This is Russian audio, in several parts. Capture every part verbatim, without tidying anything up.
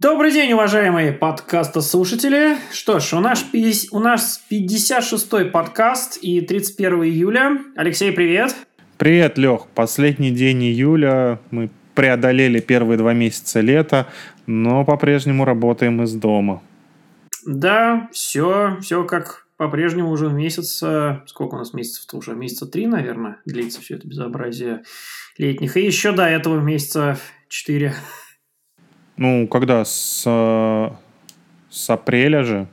Добрый день, уважаемые подкастослушатели. Что ж, у нас, у нас пятьдесят шестой подкаст и тридцать первого июля. Алексей, привет. Привет, Лех. Последний день июля. Мы преодолели первые два месяца лета, но по-прежнему работаем из дома. Да, все, все как по-прежнему уже месяц. Сколько у нас месяцев-то уже? Месяца три, наверное, длится все это безобразие летних. И еще до этого месяца четыре. Ну, когда? С, с апреля же?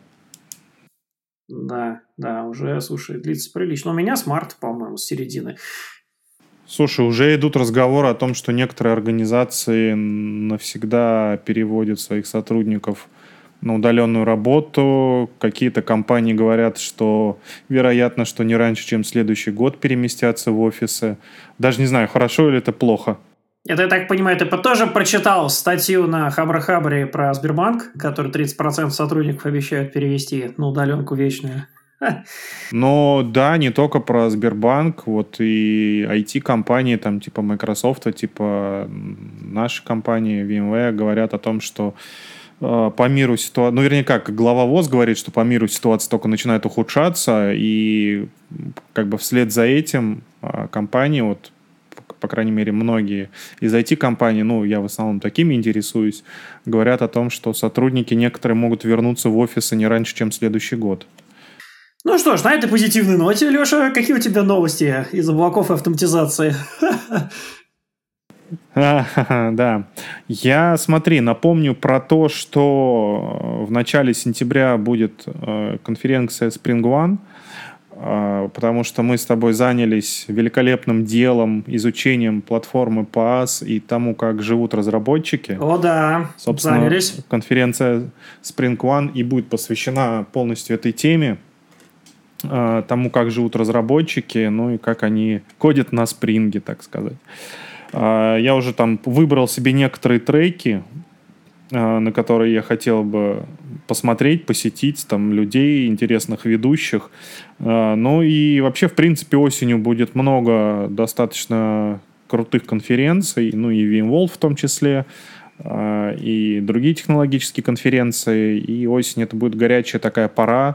Да, да, уже, слушай, длится прилично. У меня с марта, по-моему, с середины. Слушай, уже идут разговоры о том, что некоторые организации навсегда переводят своих сотрудников на удаленную работу. Какие-то компании говорят, что вероятно, что не раньше, чем следующий год переместятся в офисы. Даже не знаю, хорошо или это плохо. Это, я так понимаю, ты тоже прочитал статью на Хабр-Хабре про Сбербанк, который тридцать процентов сотрудников обещают перевести на удаленку вечную. Но да, не только про Сбербанк, вот и ай ти-компании, там типа Microsoft, типа наши компании, VMware, говорят о том, что э, по миру ситуация... Ну, вернее, как глава ВОЗ говорит, что по миру ситуация только начинает ухудшаться, и как бы вслед за этим э, компании, вот по крайней мере, многие из ай ти-компаний, ну, я в основном такими интересуюсь, говорят о том, что сотрудники некоторые могут вернуться в офисы не раньше, чем следующий год. Ну что ж, на этой позитивной ноте, Леша, какие у тебя новости из облаков автоматизации? Да. Я, смотри, напомню про то, что в начале сентября будет конференция Spring One, потому что мы с тобой занялись великолепным делом, изучением платформы паас и тому, как живут разработчики. О, да, собственно, занялись. Конференция Spring One и будет посвящена полностью этой теме, тому, как живут разработчики, ну и как они кодят на спринге, так сказать. Я уже там выбрал себе некоторые треки, на которые я хотел бы посмотреть, посетить, там, людей, интересных ведущих. Ну и вообще, в принципе, осенью будет много достаточно крутых конференций, ну и VMworld в том числе, и другие технологические конференции. И осень — это будет горячая такая пора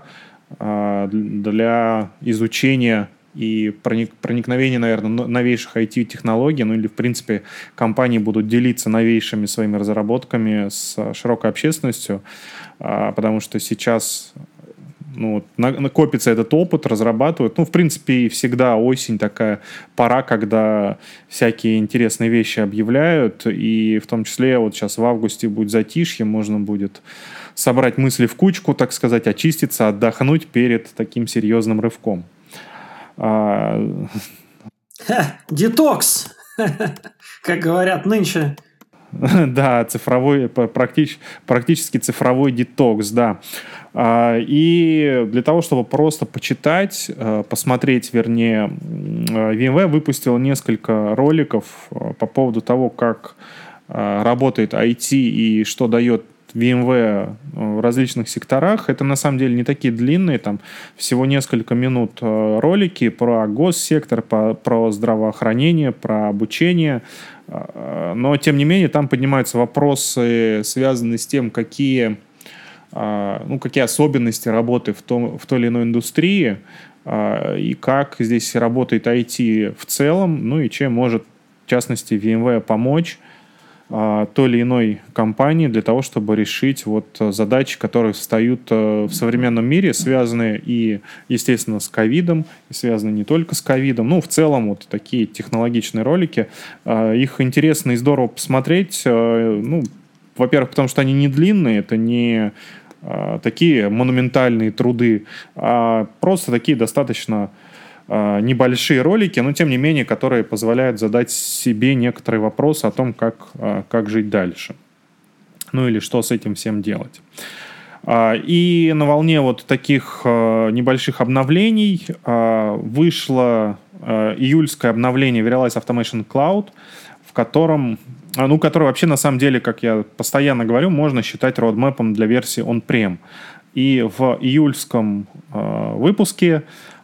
для изучения и проник, проникновения, наверное, новейших ай ти-технологий, ну или, в принципе, компании будут делиться новейшими своими разработками с широкой общественностью, потому что сейчас ну, накопится этот опыт, разрабатывают. Ну, в принципе, всегда осень такая пора, когда всякие интересные вещи объявляют, и в том числе вот сейчас в августе будет затишье, можно будет собрать мысли в кучку, так сказать, очиститься, отдохнуть перед таким серьезным рывком. Детокс, как говорят нынче. Да, цифровой, практически, практически цифровой детокс, да. И для того, чтобы просто почитать, посмотреть, вернее, VMware выпустил несколько роликов по поводу того, как работает ай ти и что дает VMware в различных секторах. Это на самом деле не такие длинные, там всего несколько минут ролики про госсектор, про, про здравоохранение, про обучение. Но, тем не менее, там поднимаются вопросы, связанные с тем, какие, ну, какие особенности работы в, том, в той или иной индустрии, и как здесь работает ай ти в целом, ну и чем может, в частности, VMware помочь той или иной компании для того, чтобы решить вот задачи, которые встают в современном мире, связанные и, естественно, с ковидом, и связаны не только с ковидом. Ну, в целом, вот такие технологичные ролики. Их интересно и здорово посмотреть. Ну, во-первых, потому что они не длинные, это не такие монументальные труды, а просто такие достаточно небольшие ролики, но тем не менее, которые позволяют задать себе некоторые вопросы о том, как, как жить дальше. Ну или что с этим всем делать. И на волне вот таких небольших обновлений вышло июльское обновление Verialize Automation Cloud, в котором, ну, который вообще на самом деле, как я постоянно говорю, можно считать роудмэпом для версии on-prem. И в июльском выпуске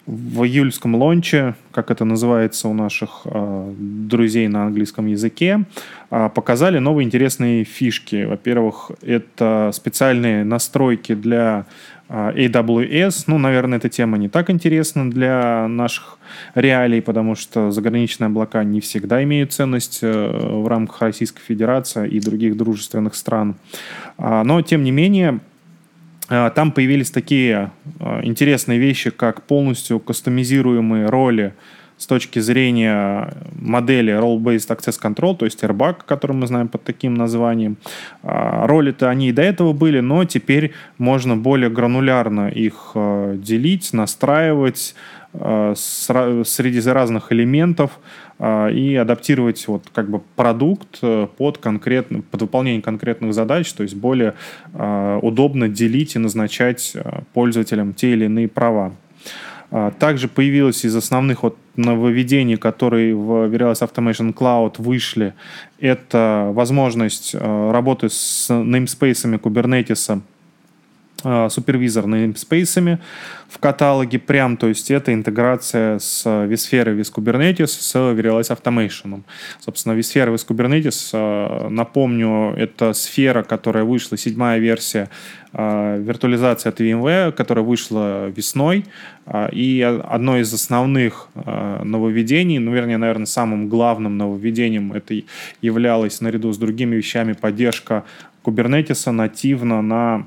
в июльском лонче, как это называется у наших э, друзей на английском языке, э, показали новые интересные фишки. Во-первых, это специальные настройки для э, эй дабл ю эс. Ну, наверное, эта тема не так интересна для наших реалий, потому что заграничные облака не всегда имеют ценность э, в рамках Российской Федерации и других дружественных стран. Э, но, тем не менее, там появились такие интересные вещи, как полностью кастомизируемые роли с точки зрения модели Role-Based Access Control, то есть эр баг, который мы знаем под таким названием. Роли-то они и до этого были, но теперь можно более гранулярно их делить, настраивать среди разных элементов и адаптировать вот как бы продукт под, конкретно, под выполнение конкретных задач, то есть более удобно делить и назначать пользователям те или иные права. Также появилось из основных вот нововведений, которые в Virtualized Automation Cloud вышли, это возможность работы с namespace'ами Kubernetes, супервизор namespace'ами в каталоге прям, то есть это интеграция с vSphere и Kubernetes с Virtualized Automation. Собственно, vSphere и Kubernetes, напомню, это сфера, которая вышла, седьмая версия виртуализации от VMware, которая вышла весной, и одно из основных нововведений, ну, вернее, наверное, самым главным нововведением это являлось наряду с другими вещами поддержка Kubernetes нативно на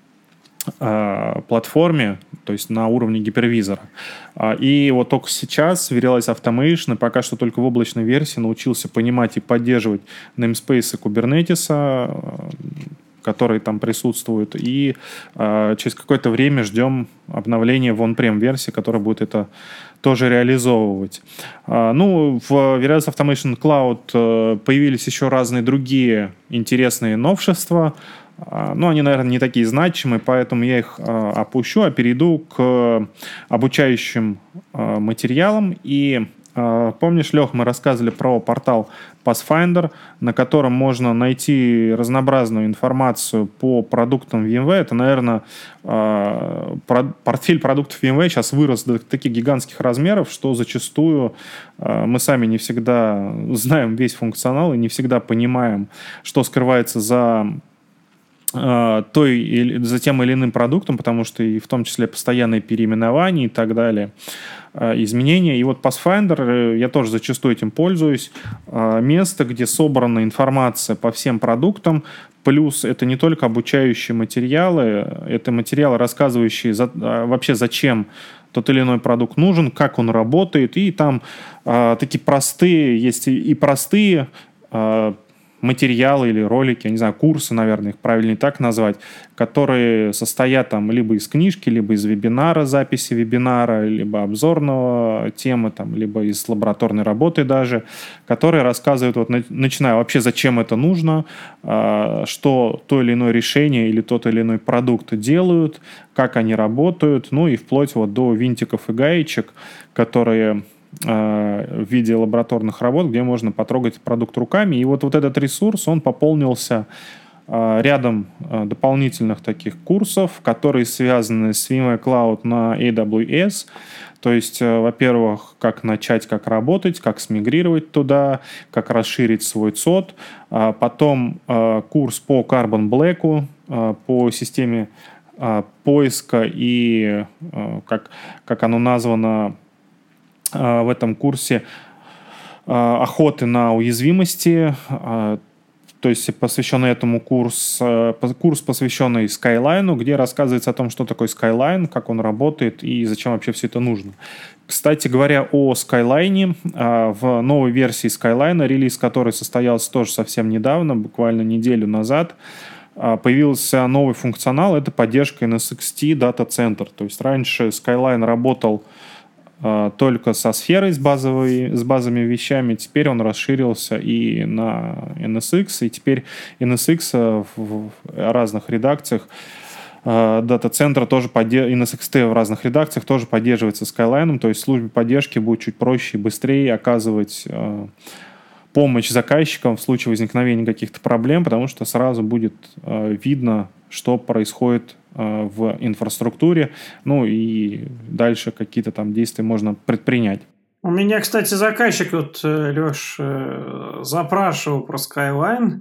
платформе, то есть на уровне гипервизора. И вот только сейчас Virtualized Automation пока что только в облачной версии научился понимать и поддерживать namespace Kubernetes, которые там присутствуют, и э, через какое-то время ждем обновления в on-prem версии, которая будет это тоже реализовывать. Э, ну, в Virtualized Automation Cloud э, появились еще разные другие интересные новшества. Э, ну, они, наверное, не такие значимые, поэтому я их э, опущу, а перейду к обучающим э, материалам. И помнишь, Лех, мы рассказывали про портал Pathfinder, на котором можно найти разнообразную информацию по продуктам VMware. Это, наверное, портфель продуктов VMware сейчас вырос до таких гигантских размеров, что зачастую мы сами не всегда знаем весь функционал и не всегда понимаем, что скрывается за той или за тем или иным продуктом, потому что и в том числе постоянные переименования и так далее, изменения. И вот Pathfinder, я тоже зачастую этим пользуюсь, место, где собрана информация по всем продуктам, плюс это не только обучающие материалы, это материалы, рассказывающие за, вообще зачем тот или иной продукт нужен, как он работает, и там такие простые, есть и простые материалы или ролики, я не знаю, курсы, наверное, их правильнее так назвать, которые состоят там либо из книжки, либо из вебинара, записи вебинара, либо обзорного темы, там, либо из лабораторной работы даже, которые рассказывают, вот, начиная вообще, зачем это нужно, что то или иное решение или тот или иной продукт делают, как они работают, ну и вплоть вот до винтиков и гаечек, которые в виде лабораторных работ, где можно потрогать продукт руками. И вот, вот этот ресурс, он пополнился рядом дополнительных таких курсов, которые связаны с VMware Cloud на эй дабл ю эс. То есть, во-первых, как начать, как работать, как смигрировать туда, как расширить свой цод. Потом курс по Carbon Black, по системе поиска и, как, как оно названо, в этом курсе охоты на уязвимости, то есть посвященный этому курс, курс, посвященный Skyline, где рассказывается о том, что такое Skyline, как он работает и зачем вообще все это нужно. Кстати говоря, о Skyline, в новой версии Skyline, релиз которой состоялся тоже совсем недавно, буквально неделю назад, появился новый функционал, это поддержка эн эс икс ти Data Center. То есть раньше Skyline работал только со сферой, с, базовой, с базовыми вещами. Теперь он расширился и на эн эс икс, и теперь эн эс икс в разных редакциях дата-центра тоже поддерживается, эн эс икс ти в разных редакциях тоже поддерживается Skyline, то есть службе поддержки будет чуть проще и быстрее оказывать помощь заказчикам в случае возникновения каких-то проблем, потому что сразу будет видно что происходит э, в инфраструктуре, ну и дальше какие-то там действия можно предпринять. У меня, кстати, заказчик, вот, Леш, запрашивал про Skyline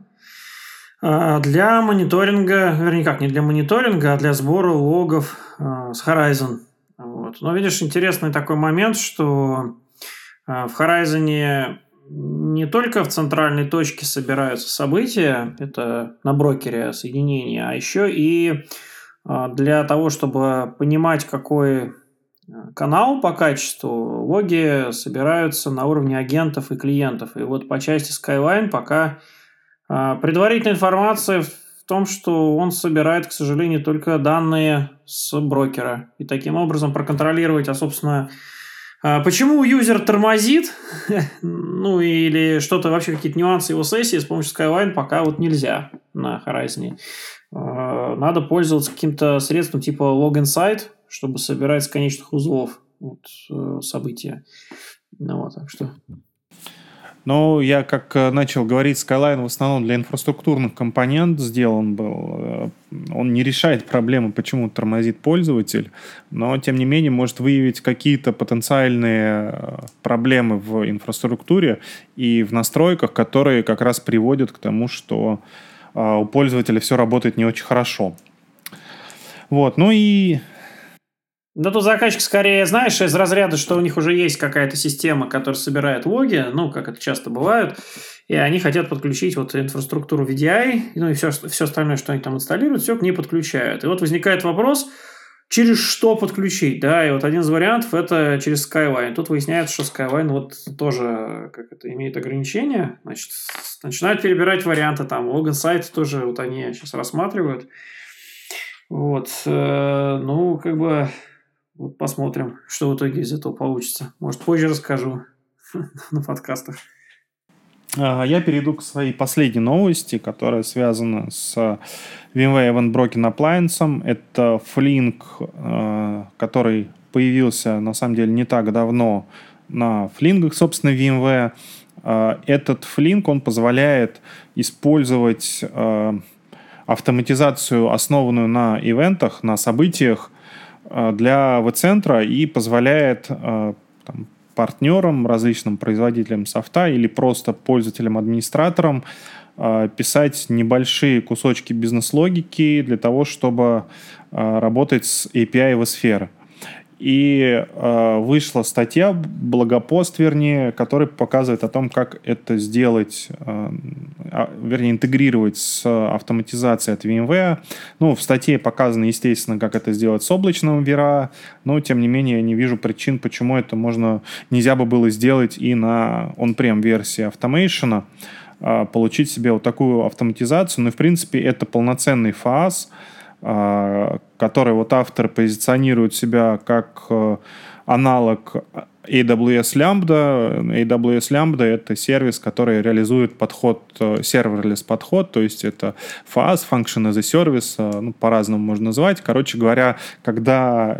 для мониторинга, вернее, как, не для мониторинга, а для сбора логов с Horizon. Вот. Но видишь, интересный такой момент, что в Horizon не только в центральной точке собираются события, это на брокере соединения, а еще и для того, чтобы понимать, какой канал по качеству, логи собираются на уровне агентов и клиентов. И вот по части Skyline пока предварительная информация в том, что он собирает, к сожалению, только данные с брокера. И таким образом проконтролировать, а, собственно, почему юзер тормозит, ну или что-то, вообще какие-то нюансы его сессии с помощью Skyline пока вот нельзя на Horizon. Надо пользоваться каким-то средством типа Log Insight, чтобы собирать с конечных узлов вот, события. Ну вот, так что... Но я, как начал говорить, Skyline в основном для инфраструктурных компонент сделан был. Он не решает проблемы, почему тормозит пользователь, но, тем не менее, может выявить какие-то потенциальные проблемы в инфраструктуре и в настройках, которые как раз приводят к тому, что у пользователя все работает не очень хорошо. Вот, ну и... Да тут заказчик скорее, знаешь, из разряда, что у них уже есть какая-то система, которая собирает логи, ну, как это часто бывает, и они хотят подключить вот инфраструктуру ви ди ай, ну, и все, все остальное, что они там инсталируют, все к ней подключают. И вот возникает вопрос, через что подключить, да, и вот один из вариантов – это через Skyline. Тут выясняется, что Skyline вот тоже как это, имеет ограничения, значит, начинают перебирать варианты, там, Log Insight тоже вот они сейчас рассматривают. Вот, э, ну, как бы... Вот посмотрим, что в итоге из этого получится. Может, позже расскажу на подкастах. Я перейду к своей последней новости, которая связана с VMware Event Broken Appliance. Это Flink, который появился, на самом деле, не так давно на флингах, собственно, VMware. Этот Flink, он позволяет использовать автоматизацию, основанную на ивентах, на событиях, для веб-центра и позволяет там, партнерам, различным производителям софта или просто пользователям-администраторам писать небольшие кусочки бизнес-логики для того, чтобы работать с эй пи ай веб-сферы. И э, вышла статья, блогопост, вернее, который показывает о том, как это сделать, э, вернее, интегрировать с автоматизацией от VMware. Ну, в статье показано, естественно, как это сделать с облачным ви эй ар, но, тем не менее, я не вижу причин, почему это можно, нельзя бы было сделать и на on-prem версии Automation, э, получить себе вот такую автоматизацию. Ну, и, в принципе, это полноценный фаз, который вот авторы позиционируют себя как аналог эй дабл ю эс Lambda. эй дабл ю эс Lambda — это сервис, который реализует подход, serverless подход, то есть это фаз, function as a service, ну, по-разному можно назвать. Короче говоря, когда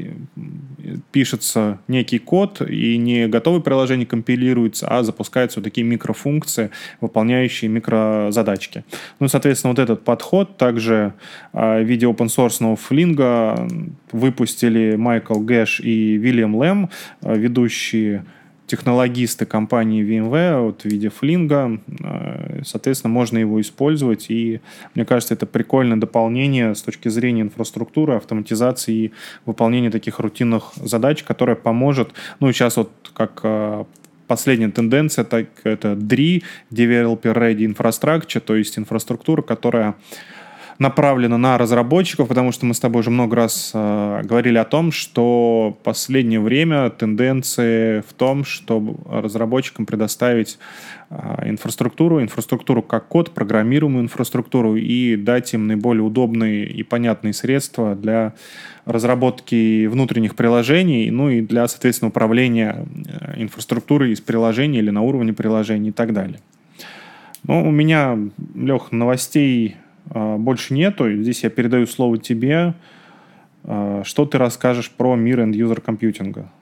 пишется некий код и не готовое приложение компилируется, а запускаются вот такие микрофункции, выполняющие микрозадачки. Ну, соответственно, вот этот подход также в виде open-source флинга выпустили Майкл Гэш и Вильям Лэм, ведущие технологисты компании VMware вот, в виде флинга. Соответственно, можно его использовать. И мне кажется, это прикольное дополнение с точки зрения инфраструктуры, автоматизации и выполнения таких рутинных задач, которое поможет. Ну, сейчас вот как последняя тенденция, так это ди эр и, Developer Ready Infrastructure, то есть инфраструктура, которая направлена на разработчиков, потому что мы с тобой уже много раз э, говорили о том, что в последнее время тенденции в том, чтобы разработчикам предоставить э, инфраструктуру, инфраструктуру как код, программируемую инфраструктуру и дать им наиболее удобные и понятные средства для разработки внутренних приложений, ну и для, соответственно, управления инфраструктурой из приложений или на уровне приложений и так далее. Ну, у меня, Лех, новостей больше нету. Здесь я передаю слово тебе. Что ты расскажешь про мир энд-юзер компьютинга?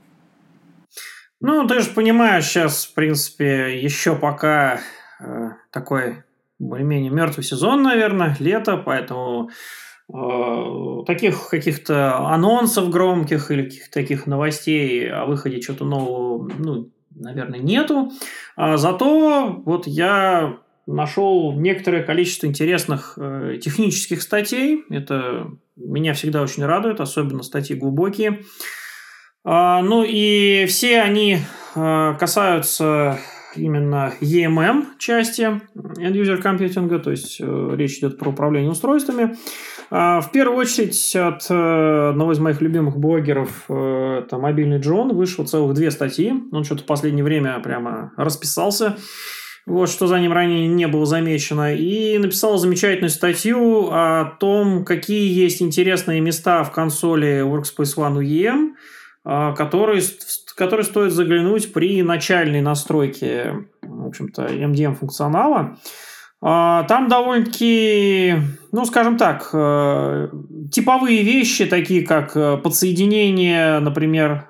Ну, ты же понимаешь, сейчас, в принципе, еще пока э, такой более-менее мертвый сезон, наверное, лето, поэтому таких каких-то анонсов громких или каких-то таких новостей о выходе чего-то нового, ну, наверное, нету. А зато вот я нашел некоторое количество интересных э, технических статей. Это меня всегда очень радует, особенно статьи глубокие. А, ну и все они а, касаются именно и эм эм части End User Computing, то есть э, речь идет про управление устройствами. А, в первую очередь от э, одного из моих любимых блогеров, э, это Мобильный Джон, вышло целых две статьи. Он что-то в последнее время прямо расписался. Вот, что за ним ранее не было замечено. И написал замечательную статью о том, какие есть интересные места в консоли Workspace ONE у и эм, которые, которые стоит заглянуть при начальной настройке, в общем-то, эм ди эм-функционала. Там довольно-таки, ну, скажем так, типовые вещи, такие как подсоединение, например,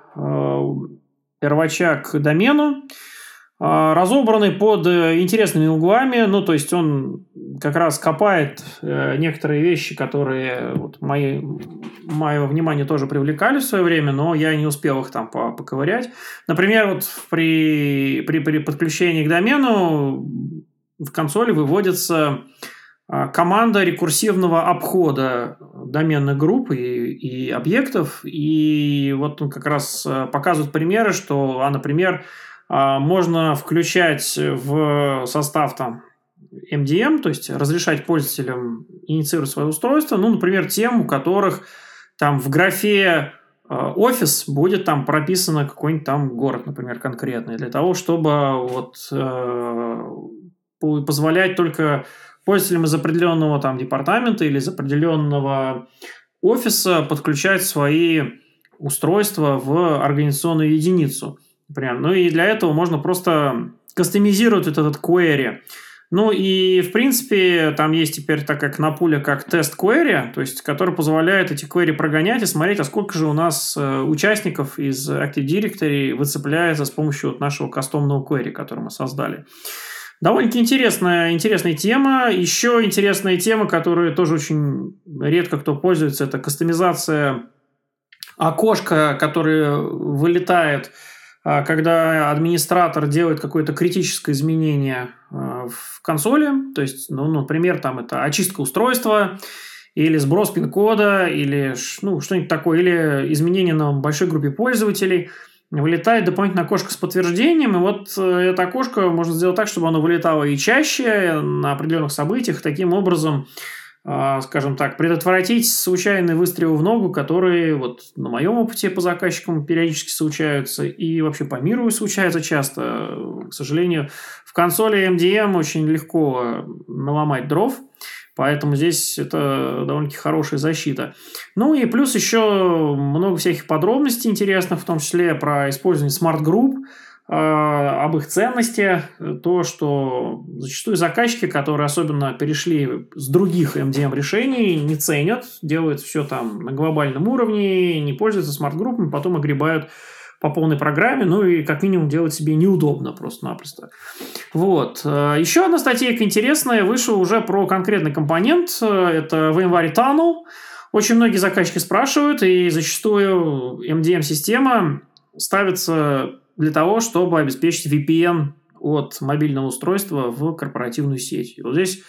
первача к домену, разобраны под интересными углами, ну, то есть он как раз копает некоторые вещи, которые вот мои, мое внимание тоже привлекали в свое время, но я не успел их там поковырять. Например, вот при, при, при подключении к домену в консоли выводится команда рекурсивного обхода доменных групп и, и объектов, и вот он как раз показывает примеры, что, а, например, можно включать в состав там эм ди эм, то есть разрешать пользователям инициировать свое устройство, ну, например, тем, у которых там в графе офис будет там прописано какой-нибудь там город, например, конкретный, для того, чтобы вот э, позволять только пользователям из определенного там департамента или из определенного офиса подключать свои устройства в организационную единицу. Например. Ну и для этого можно просто кастомизировать вот этот query. Ну и, в принципе, там есть теперь такая кнопуля, как тест query, то есть, который позволяет эти query прогонять и смотреть, а сколько же у нас э, участников из Active Directory выцепляется с помощью вот нашего кастомного query, который мы создали. Довольно-таки интересная, интересная тема. Еще интересная тема, которой тоже очень редко кто пользуется, это кастомизация окошка, которое вылетает, когда администратор делает какое-то критическое изменение в консоли, то есть, ну, например, там это очистка устройства, или сброс пин-кода, или ну, что-нибудь такое, или изменение на большой группе пользователей, вылетает дополнительное окошко с подтверждением, и вот это окошко можно сделать так, чтобы оно вылетало и чаще на определенных событиях, таким образом, скажем так, предотвратить случайные выстрелы в ногу, которые вот на моем опыте по заказчикам периодически случаются и вообще по миру случаются часто. К сожалению, в консоли эм ди эм очень легко наломать дров, поэтому здесь это довольно-таки хорошая защита. Ну и плюс еще много всяких подробностей интересных, в том числе про использование смарт-групп, об их ценности, то, что зачастую заказчики, которые особенно перешли с других эм ди эм-решений, не ценят, делают все там на глобальном уровне, не пользуются смарт-группами, потом огребают по полной программе, ну и как минимум делать себе неудобно просто-напросто. Вот. Еще одна статейка интересная вышла уже про конкретный компонент, это VMware Tunnel. Очень многие заказчики спрашивают, и зачастую эм ди эм-система ставится для того, чтобы обеспечить ви пи эн от мобильного устройства в корпоративную сеть. И вот здесь,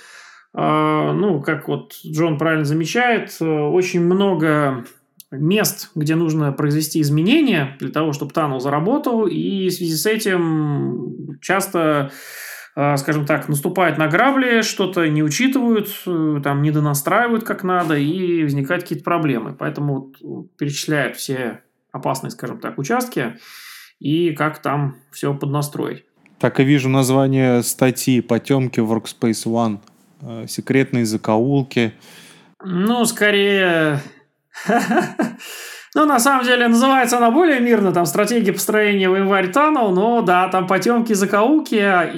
э, ну, как вот Джон правильно замечает, э, очень много мест, где нужно произвести изменения для того, чтобы Tunnel заработал, и в связи с этим часто, э, скажем так, наступают на грабли, что-то не учитывают, э, там, не донастраивают как надо, и возникают какие-то проблемы. Поэтому вот, перечисляют все опасные, скажем так, участки, и как там все поднастроить. Так и вижу название статьи «Потемки в Workspace ONE». Секретные закоулки. Ну, скорее... Ну, на самом деле, называется она более мирно, там, «Стратегия построения VMware Tunnel», но да, там потемки, закоулки.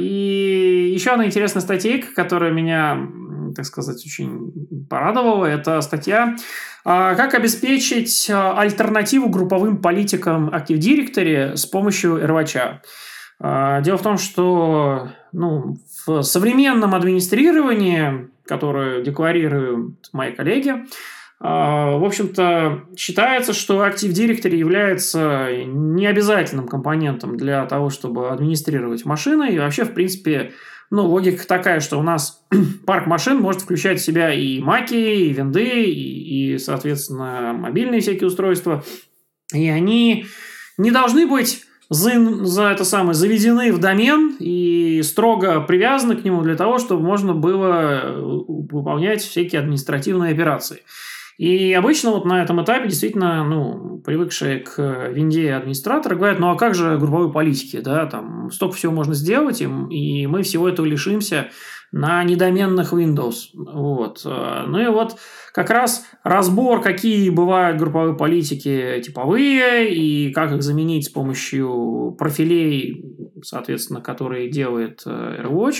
И еще одна интересная статейка, которая меня, так сказать, очень порадовала, это статья «Как обеспечить альтернативу групповым политикам Active Directory с помощью эр-вотча». Дело в том, что ну, в современном администрировании, которое декларируют мои коллеги, В общем-то, считается, что Active Directory является необязательным компонентом для того, чтобы администрировать машины. И вообще, в принципе, ну, логика такая, что у нас парк машин может включать в себя и маки, и винды, и, и, соответственно, мобильные всякие устройства. И они не должны быть за, за это самое заведены в домен и строго привязаны к нему для того, чтобы можно было выполнять всякие административные операции. И обычно вот на этом этапе действительно, ну, привыкшие к винде администраторы говорят, ну а как же групповой политики, да, там столько всего можно сделать, и, и мы всего этого лишимся на недоменных Windows. Вот. Ну и вот как раз разбор, какие бывают групповые политики типовые, и как их заменить с помощью профилей, соответственно, которые делает AirWatch,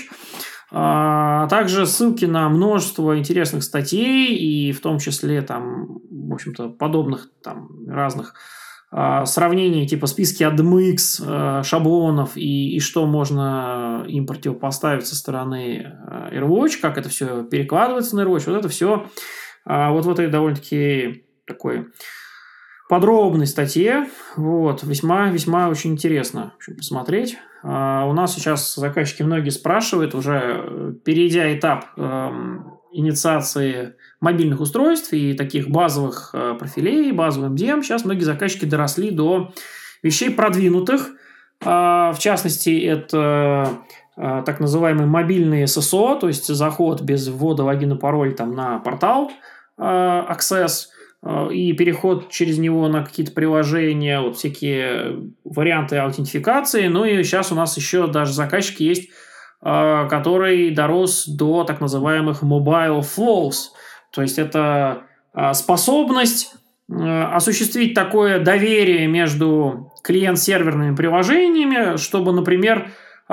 а также ссылки на множество интересных статей, и в том числе там, в общем-то, подобных там разных а, сравнений, типа списки адмикс, а, шаблонов, и, и что можно им противопоставить со стороны AirWatch, как это все перекладывается на AirWatch, вот это все а, вот в этой довольно-таки такой подробной статье, вот, весьма-весьма очень интересно в общем, посмотреть. Uh, у нас сейчас заказчики многие спрашивают, уже перейдя этап э, инициации мобильных устройств и таких базовых э, профилей, базовых эм ди эм, сейчас многие заказчики доросли до вещей продвинутых. Uh, в частности, это э, так называемый мобильный эс эс о, то есть заход без ввода логина и пароль там, на портал э, Access, и переход через него на какие-то приложения, вот всякие варианты аутентификации. Ну и сейчас у нас еще даже заказчик есть, который дорос до так называемых mobile flows. То есть это способность осуществить такое доверие между клиент-серверными приложениями, чтобы, например,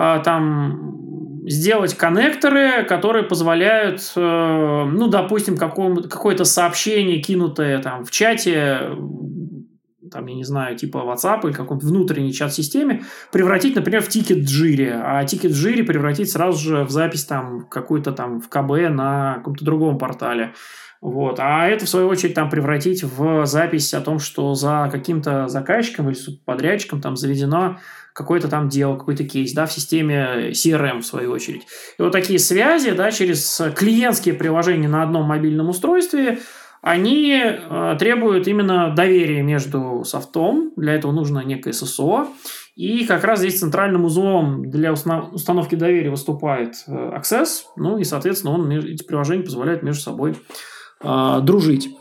там сделать коннекторы, которые позволяют, э, ну, допустим, какое-то сообщение, кинутое там в чате, там, я не знаю, типа WhatsApp или каком-то внутренней чат-системе, превратить, например, в тикет в Jira, а тикет в Jira превратить сразу же в запись там какую-то там в ка бэ на каком-то другом портале. Вот. А это, в свою очередь, там превратить в запись о том, что за каким-то заказчиком или подрядчиком там заведено какое-то там дело, какой-то кейс, да, в системе си эр эм, в свою очередь. И вот такие связи, да, через клиентские приложения на одном мобильном устройстве, они э, требуют именно доверия между софтом, для этого нужно некое эс эс о, и как раз здесь центральным узлом для установ- установки доверия выступает э, Access, ну и, соответственно, он, эти приложения позволяют между собой э, дружить.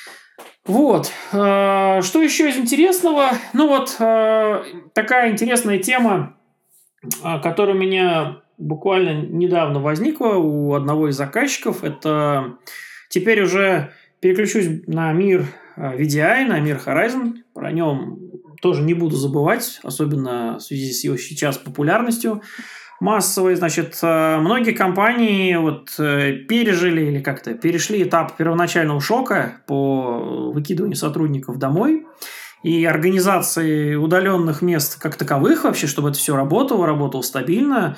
Вот. Что еще из интересного? Ну вот, такая интересная тема, которая у меня буквально недавно возникла у одного из заказчиков. Это теперь уже переключусь на мир ви ди ай, на мир Horizon. Про нем тоже не буду забывать, особенно в связи с его сейчас популярностью массовой. Значит, многие компании вот пережили или как-то перешли этап первоначального шока по выкидыванию сотрудников домой и организации удаленных мест как таковых вообще, чтобы это все работало, работало стабильно.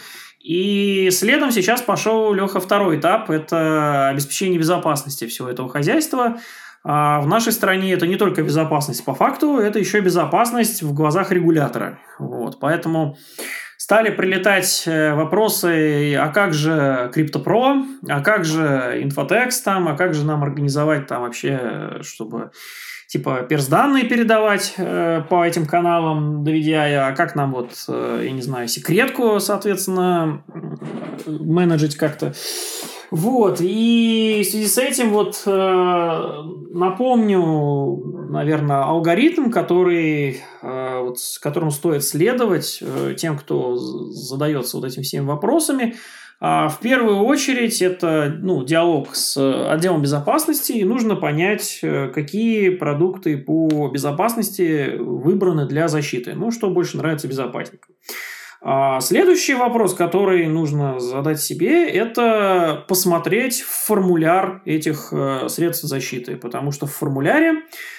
И следом сейчас пошел, Леха, второй этап – это обеспечение безопасности всего этого хозяйства. А в нашей стране это не только безопасность по факту, это еще и безопасность в глазах регулятора. Вот, поэтому стали прилетать вопросы, а как же CryptoPro, а как же Infotex там, а как же нам организовать там вообще, чтобы типа перс-данные передавать э, по этим каналам ди ви ди ай, а как нам вот, э, я не знаю, секретку, соответственно, менеджить как-то. Вот, и в связи с этим вот э, напомню, наверное, алгоритм, который, э, вот, с которым стоит следовать э, тем, кто задается вот этими всеми вопросами. А в первую очередь это ну, диалог с отделом безопасности, и нужно понять, какие продукты по безопасности выбраны для защиты. Ну, что больше нравится безопасникам. А следующий вопрос, который нужно задать себе, это посмотреть формуляр этих средств защиты, потому что в формуляре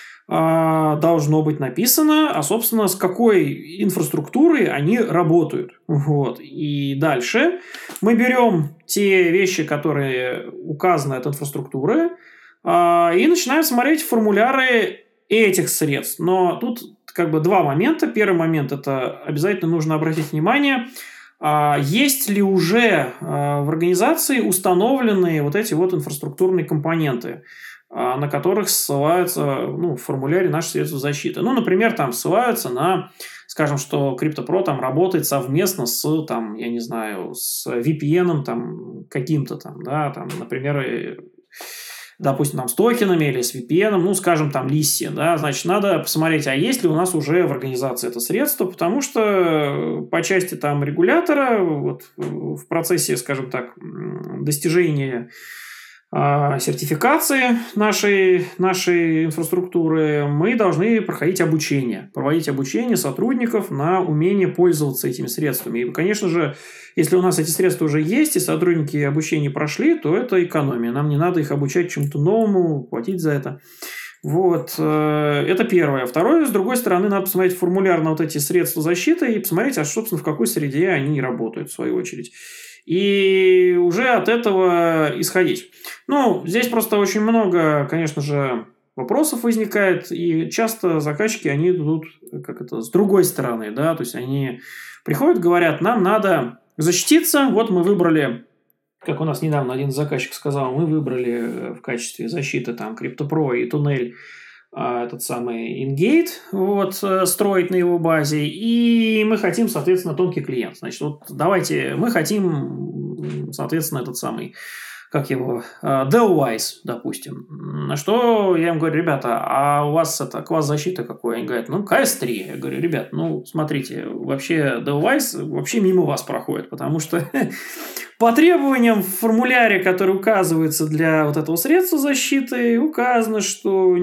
должно быть написано, а, собственно, с какой инфраструктурой они работают. Вот. И дальше мы берем те вещи, которые указаны от инфраструктуры, и начинаем смотреть формуляры этих средств. Но тут как бы два момента. Первый момент – это обязательно нужно обратить внимание, есть ли уже в организации установленные вот эти вот инфраструктурные компоненты, на которых ссылаются, ну, в формуляре наши средства защиты. Ну, например, там ссылаются на, скажем, что CryptoPro там работает совместно с, там, я не знаю, с ви пи эн там каким-то там, да, там, например, допустим, там, с токенами или с ви пи эн, ну, скажем, там, Лисси, да, значит, надо посмотреть, а есть ли у нас уже в организации это средство, потому что по части там регулятора, вот, в процессе, скажем так, достижения сертификации нашей, нашей инфраструктуры мы должны проходить обучение, проводить обучение сотрудников на умение пользоваться этими средствами. И, конечно же, если у нас эти средства уже есть, и сотрудники обучение прошли, то это экономия. Нам не надо их обучать чему-то новому, платить за это. Вот. Это первое. Второе, с другой стороны, надо посмотреть формуляр на вот эти средства защиты и посмотреть, а, собственно, в какой среде они работают, в свою очередь. И уже от этого исходить. Ну, здесь просто очень много, конечно же, вопросов возникает, и часто заказчики, они идут как это, с другой стороны, да, то есть они приходят, говорят, нам надо защититься, вот мы выбрали, как у нас недавно один заказчик сказал, мы выбрали в качестве защиты там CryptoPro и туннель, этот самый InGate, вот, строить на его базе, и мы хотим, соответственно, тонкий клиент. Значит, вот давайте, мы хотим, соответственно, этот самый, как его, DealWise, допустим. На что я им говорю, ребята, а у вас это, класс защиты какой? Они говорят, ну, кей эс три. Я говорю, ребят, ну, смотрите, вообще DealWise вообще мимо вас проходит, потому что по требованиям в формуляре, который указывается для вот этого средства защиты, указано, что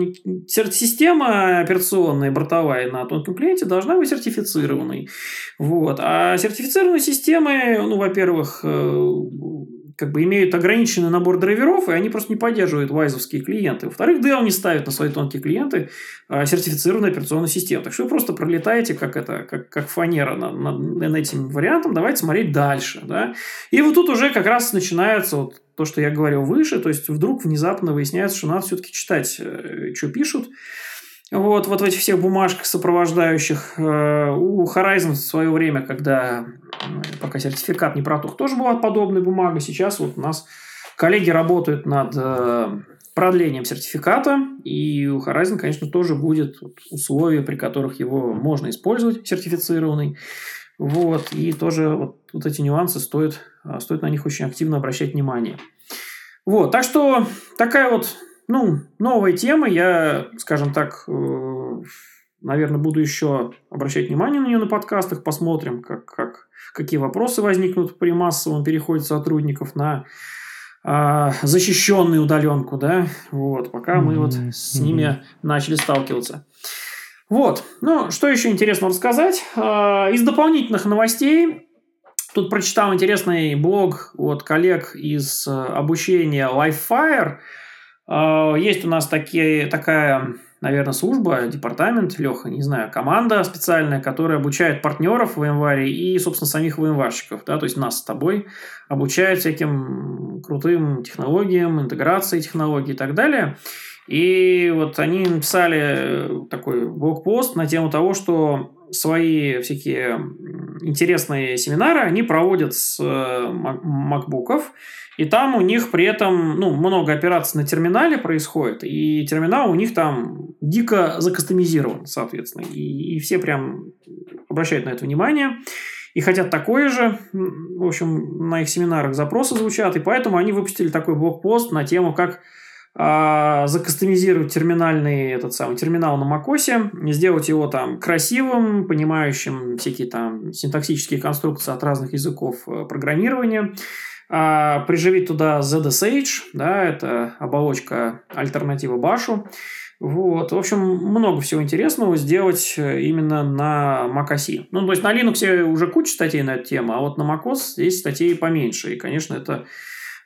система операционная, бортовая на тонком клиенте должна быть сертифицированной. Вот. А сертифицированные системы, ну, во-первых, как бы имеют ограниченный набор драйверов, и они просто не поддерживают вайзовские клиенты. Во-вторых, Dell не ставит на свои тонкие клиенты сертифицированную операционную систему. Так что вы просто пролетаете, как, это, как, как фанера над, над, над этим вариантом. Давайте смотреть дальше. Да? И вот тут уже как раз начинается вот то, что я говорил выше. То есть, вдруг внезапно выясняется, что надо все-таки читать, что пишут. Вот, вот в этих всех бумажках сопровождающих. У Horizon в свое время, когда пока сертификат не протух, тоже была подобная бумага. Сейчас вот у нас коллеги работают над продлением сертификата, и у Horizon, конечно, тоже будет условия, при которых его можно использовать, сертифицированный. Вот, и тоже вот, вот эти нюансы стоит, стоит на них очень активно обращать внимание. Вот, так что такая вот, ну, новая тема. Я, скажем так, наверное, буду еще обращать внимание на нее на подкастах. Посмотрим, как, как, какие вопросы возникнут при массовом переходе сотрудников на а, защищенную удаленку. Да? Вот, пока мы вот с ними начали сталкиваться. Вот. Ну, что еще интересно рассказать? А, из дополнительных новостей тут прочитал интересный блог от коллег из обучения Livefire. Есть у нас такие, такая, наверное, служба, департамент, Леха, не знаю, команда специальная, которая обучает партнеров в VMware и, собственно, самих VMware-щиков, да, то есть нас с тобой обучает всяким крутым технологиям, интеграции технологий и так далее. И вот они написали такой блогпост на тему того, что свои всякие интересные семинары они проводят с макбуков, и там у них при этом, ну, много операций на терминале происходит, и терминал у них там дико закастомизирован, соответственно. И, и все прям обращают на это внимание и хотят такое же. В общем, на их семинарах запросы звучат, и поэтому они выпустили такой блогпост на тему, как а, закастомизировать терминальный, этот самый терминал на macOS, сделать его там красивым, понимающим всякие там синтаксические конструкции от разных языков программирования. Приживить туда зет эс эйч, да, это оболочка альтернатива башу. Вот. В общем, много всего интересного сделать именно на macOS. Ну, то есть, на Linux уже куча статей на эту тему, а вот на macOS здесь статей поменьше. И, конечно, это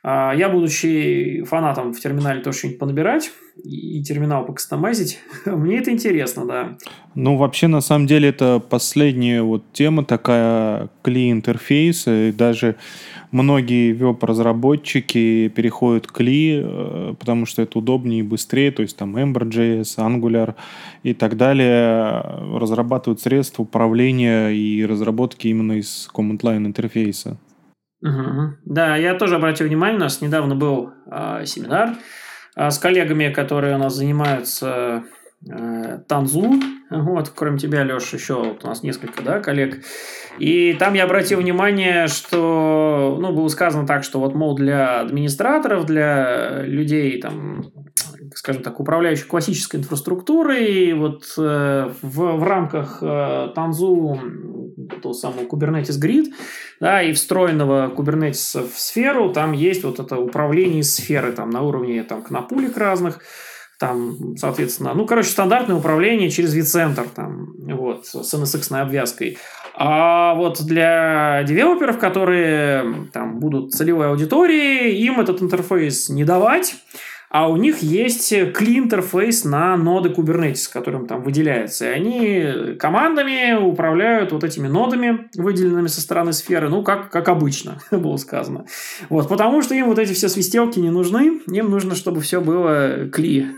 Я, будучи фанатом в терминале тоже что-нибудь понабирать и терминал покастомайзить, мне это интересно, да. Ну, вообще, на самом деле, это последняя вот тема такая, кли-интерфейс, и даже многие веб-разработчики переходят к кли, потому что это удобнее и быстрее, то есть там Ember.js, Angular и так далее разрабатывают средства управления и разработки именно из command-line интерфейса. Угу. Да, я тоже обратил внимание, у нас недавно был э, семинар э, с коллегами, которые у нас занимаются э, Танзу. Вот, кроме тебя, Леш, еще вот у нас несколько, да, коллег. И там я обратил внимание, что, ну, было сказано так, что вот, мол, для администраторов, для людей, там, скажем так, управляющих классической инфраструктурой, вот э, в, в рамках э, Танзу, того самого Kubernetes Grid, да, и встроенного Kubernetes в сферу, там есть вот это управление сферы, там, на уровне, там, кнопулек разных, там, соответственно, ну, короче, стандартное управление через vCenter, там, вот, с эн эс экс-ной обвязкой. А вот для девелоперов, которые там будут целевой аудиторией, им этот интерфейс не давать, а у них есть кли-интерфейс на ноды Kubernetes, которым там выделяется. И они командами управляют вот этими нодами, выделенными со стороны сферы, ну, как, как обычно было сказано. Вот, потому что им вот эти все свистелки не нужны, им нужно, чтобы все было кли.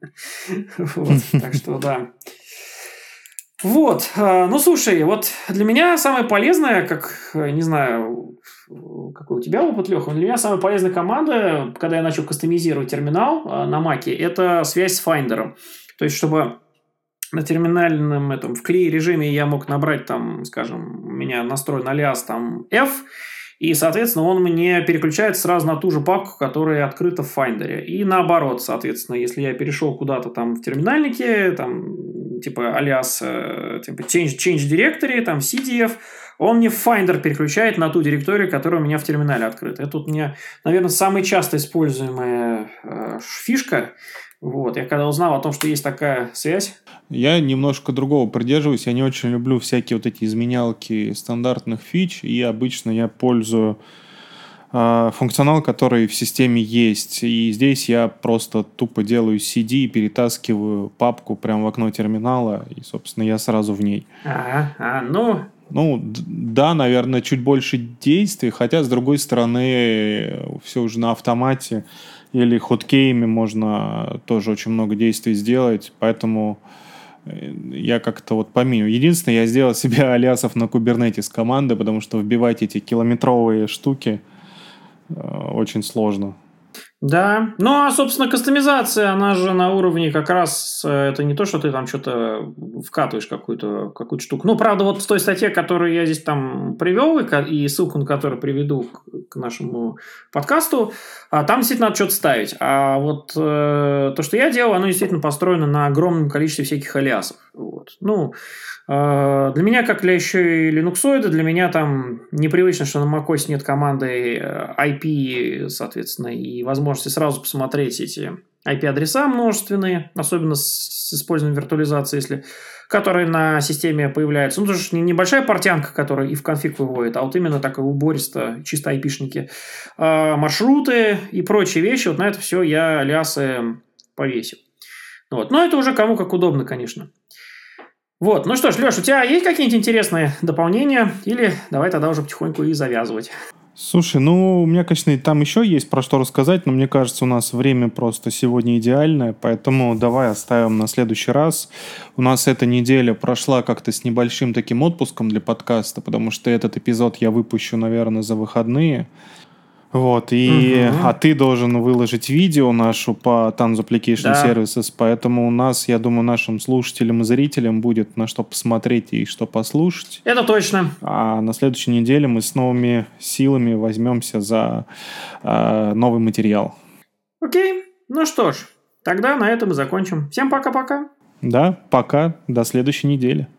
Так что, да. Вот, ну, слушай, вот для меня самое полезное, как, не знаю, какой у тебя опыт, Леха, для меня самая полезная команда, когда я начал кастомизировать терминал на Маке, это связь с Finder. То есть, чтобы на терминальном этом, в кли режиме я мог набрать там, скажем, у меня настроен алиас там F, и, соответственно, он мне переключает сразу на ту же папку, которая открыта в Finder. И наоборот, соответственно, если я перешел куда-то там в терминальнике, там, типа алиас, типа change, change directory, там си ди эф, он мне в Finder переключает на ту директорию, которая у меня в терминале открыта. Это у меня, наверное, самая часто используемая э, фишка. Вот. Я когда узнал о том, что есть такая связь. Я немножко другого придерживаюсь. Я не очень люблю всякие вот эти изменялки стандартных фич. И обычно я пользую э, функционал, который в системе есть. И здесь я просто тупо делаю си ди, перетаскиваю папку прямо в окно терминала. И, собственно, я сразу в ней. Ага, а, ну... Ну, да, наверное, чуть больше действий, хотя, с другой стороны, все уже на автомате или хоткеями можно тоже очень много действий сделать, поэтому я как-то вот помимо... Единственное, я сделал себе алиасов на Kubernetes команды, потому что вбивать эти километровые штуки очень сложно. Да, ну а, собственно, кастомизация, она же на уровне как раз, это не то, что ты там что-то вкатываешь какую-то, какую-то штуку. Ну, правда, вот в той статье, которую я здесь там привел, и ссылку на которую приведу к, к нашему подкасту, там действительно надо что-то ставить. А вот э, то, что я делал, оно действительно построено на огромном количестве всяких алиасов. Вот. Ну, э, для меня, как для еще и линуксоида, для меня там непривычно, что на macOS нет команды ай пи, соответственно, и возможности сразу посмотреть эти ай пи-адреса множественные, особенно с, с использованием виртуализации, если, которые на системе появляются. Ну, это же не небольшая портянка, которая и в конфиг выводит, а вот именно такое убористо, чисто ай пи-шники. А, маршруты и прочие вещи, вот на это все я алиасы повесил. Вот. Но это уже кому как удобно, конечно. Вот, ну что ж, Леш, у тебя есть какие-нибудь интересные дополнения? Или давай тогда уже потихоньку и завязывать. Слушай, ну, у меня, конечно, и там еще есть про что рассказать, но мне кажется, у нас время просто сегодня идеальное, поэтому давай оставим на следующий раз. У нас эта неделя прошла как-то с небольшим таким отпуском для подкаста, потому что этот эпизод я выпущу, наверное, за выходные. Вот, и, угу. А ты должен выложить видео нашу по Tanzu Application да. Services, поэтому у нас, я думаю, нашим слушателям и зрителям будет на что посмотреть и что послушать. Это точно. А на следующей неделе мы с новыми силами возьмемся за э, новый материал. Окей, ну что ж, тогда на этом и закончим. Всем пока-пока. Да, пока, до следующей недели.